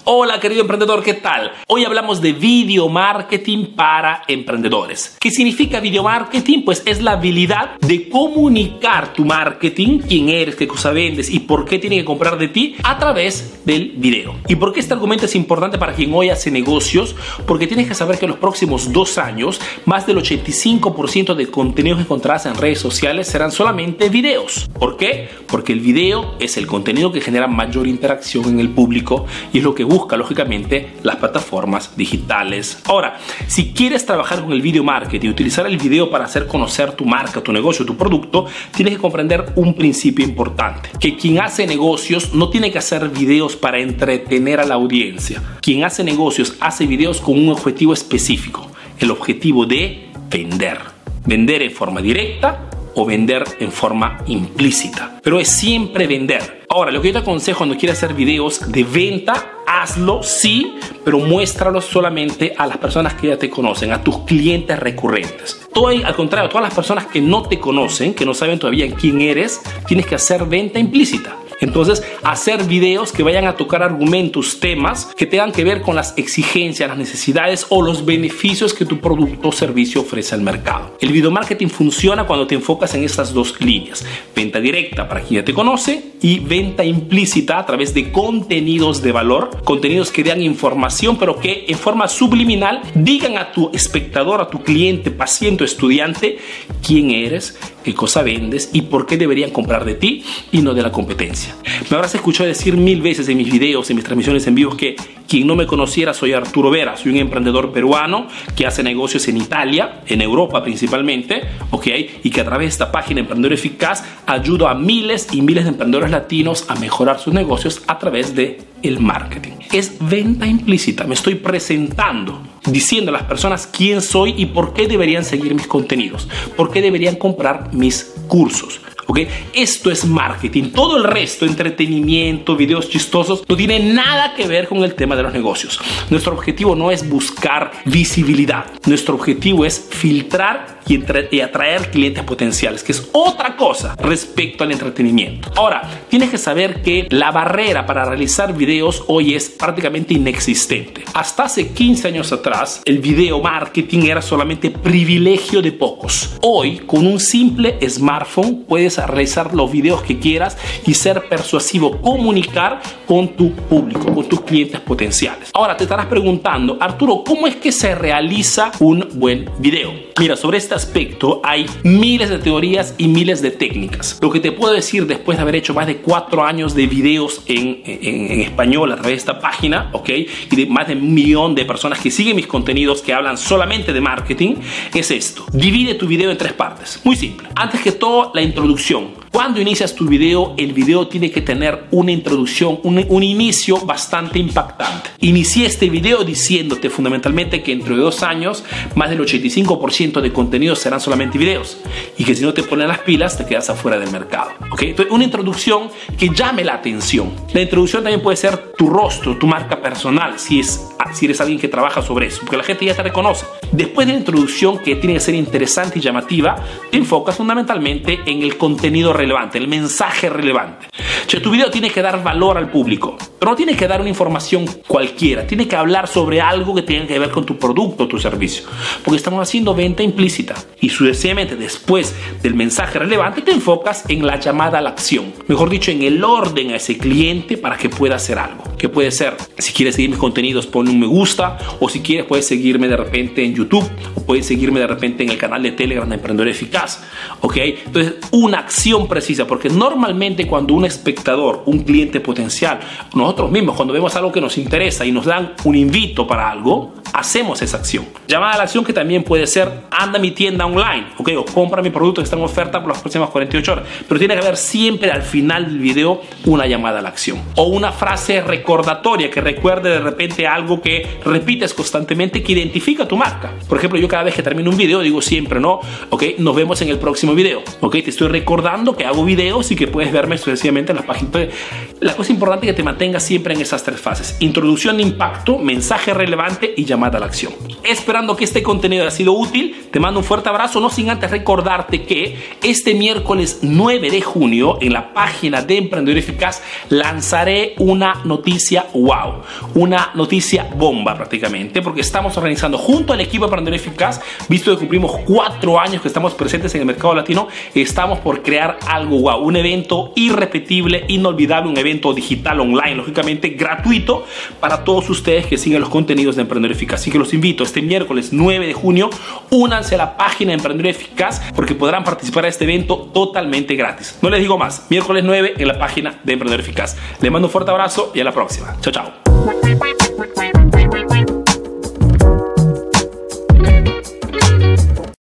Hola querido emprendedor, ¿qué tal? Hoy hablamos de video marketing para emprendedores. ¿Qué significa video marketing? Pues es la habilidad de comunicar tu marketing, quién eres, qué cosa vendes y por qué tiene que comprar de ti a través del video. ¿Y por qué este argumento es importante para quien hoy hace negocios? Porque tienes que saber que en los próximos 2 años más del 85% de contenidos que encontrarás en redes sociales serán solamente videos. ¿Por qué? Porque el video es el contenido que genera mayor interacción en el público y es lo que busca lógicamente las plataformas digitales. Ahora, si quieres trabajar con el video marketing y utilizar el video para hacer conocer tu marca, tu negocio, tu producto, tienes que comprender un principio importante, que quien hace negocios no tiene que hacer videos para entretener a la audiencia. Quien hace negocios hace videos con un objetivo específico, el objetivo de vender. Vender en forma directa o vender en forma implícita, pero es siempre vender. Ahora, lo que yo te aconsejo cuando quieras hacer videos de venta, hazlo sí, pero muéstralos solamente a las personas que ya te conocen, a tus clientes recurrentes. Al contrario, a todas las personas que no te conocen, que no saben todavía quién eres, tienes que hacer venta implícita. Entonces, hacer videos que vayan a tocar argumentos, temas que tengan que ver con las exigencias, las necesidades o los beneficios que tu producto o servicio ofrece al mercado. El video marketing funciona cuando te enfocas en estas dos líneas: venta directa para quien ya te conoce y venta implícita a través de contenidos de valor, contenidos que dan información pero que en forma subliminal digan a tu espectador, a tu cliente, paciente o estudiante quién eres, qué cosa vendes y por qué deberían comprar de ti y no de la competencia. Me habrás escuchado decir 1000 veces en mis videos, en mis transmisiones en vivo, que quien no me conociera, soy Arturo Vera, soy un emprendedor peruano que hace negocios en Italia, en Europa principalmente, y que a través de esta página Emprendedor Eficaz ayudo a miles y miles de emprendedores latinos a mejorar sus negocios a través de el marketing. Es venta implícita, me estoy presentando, diciendo a las personas quién soy y por qué deberían seguir mis contenidos, por qué deberían comprar mis cursos. Esto es marketing. Todo el resto, entretenimiento, videos chistosos, no tiene nada que ver con el tema de los negocios. Nuestro objetivo no es buscar visibilidad. Nuestro objetivo es filtrar y atraer clientes potenciales, que es otra cosa respecto al entretenimiento. Ahora, tienes que saber que la barrera para realizar videos hoy es prácticamente inexistente. Hasta hace 15 años atrás, el video marketing era solamente privilegio de pocos. Hoy, con un simple smartphone, puedes realizar los videos que quieras y ser persuasivo, comunicar con tu público, con tus clientes potenciales. Ahora te estarás preguntando, Arturo, ¿cómo es que se realiza un buen video? Mira, sobre este aspecto hay miles de teorías y miles de técnicas. Lo que te puedo decir después de haber hecho más de 4 años de videos en español a través de esta página, y de más de 1 millón de personas que siguen mis contenidos que hablan solamente de marketing, es esto: divide tu video en 3 partes. Muy simple. Antes que todo, la introducción. Cuando inicias tu video, el video tiene que tener una introducción, un inicio bastante impactante. Inicié este video diciéndote fundamentalmente que dentro de 2 años más del 85% de contenidos serán solamente videos y que si no te ponen las pilas te quedas afuera del mercado. Entonces, una introducción que llame la atención. La introducción también puede ser tu rostro, tu marca personal, si eres alguien que trabaja sobre eso, porque la gente ya te reconoce. Después de la introducción, que tiene que ser interesante y llamativa, te enfocas fundamentalmente en el contenido relevante, el mensaje relevante. Tu video tiene que dar valor al público, pero no tiene que dar una información cualquiera, tiene que hablar sobre algo que tenga que ver con tu producto o tu servicio, porque estamos haciendo venta implícita y sucesivamente después del mensaje relevante te enfocas en la llamada a la acción, mejor dicho, en el orden a ese cliente para que pueda hacer algo, que puede ser, si quieres seguir mis contenidos, ponle un me gusta, o si quieres puedes seguirme de repente en YouTube o puedes seguirme de repente en el canal de Telegram de Emprendedor Eficaz. Entonces, una acción precisa, porque normalmente cuando un espectador, un cliente potencial, nosotros mismos, cuando vemos algo que nos interesa y nos dan un invito para algo, hacemos esa acción. Llamada a la acción, que también puede ser: anda a mi tienda online, o compra mi producto que está en oferta por las próximas 48 horas. Pero tiene que haber siempre al final del video una llamada a la acción o una frase recordatoria que recuerde de repente algo que repites constantemente, que identifica tu marca. Por ejemplo, yo cada vez que termino un video digo siempre, nos vemos en el próximo video. Te estoy recordando que hago videos y que puedes verme sucesivamente en la página. Entonces, la cosa importante es que te mantengas siempre en esas 3 fases: introducción de impacto, mensaje relevante y llamada llamada a la acción. Esperando que este contenido haya sido útil, te mando un fuerte abrazo, no sin antes recordarte que este miércoles 9 de junio en la página de Emprendedor Eficaz lanzaré una noticia wow, una noticia bomba prácticamente, porque estamos organizando junto al equipo de Emprendedor Eficaz, visto que cumplimos 4 años que estamos presentes en el mercado latino, estamos por crear algo wow, un evento irrepetible, inolvidable, un evento digital online, lógicamente gratuito para todos ustedes que siguen los contenidos de Emprendedor Eficaz. Así que los invito este miércoles 9 de junio, únanse a la página de Emprendedor Eficaz porque podrán participar de este evento totalmente gratis. No les digo más, miércoles 9 en la página de Emprendedor Eficaz. Les mando un fuerte abrazo y a la próxima. Chao, chao.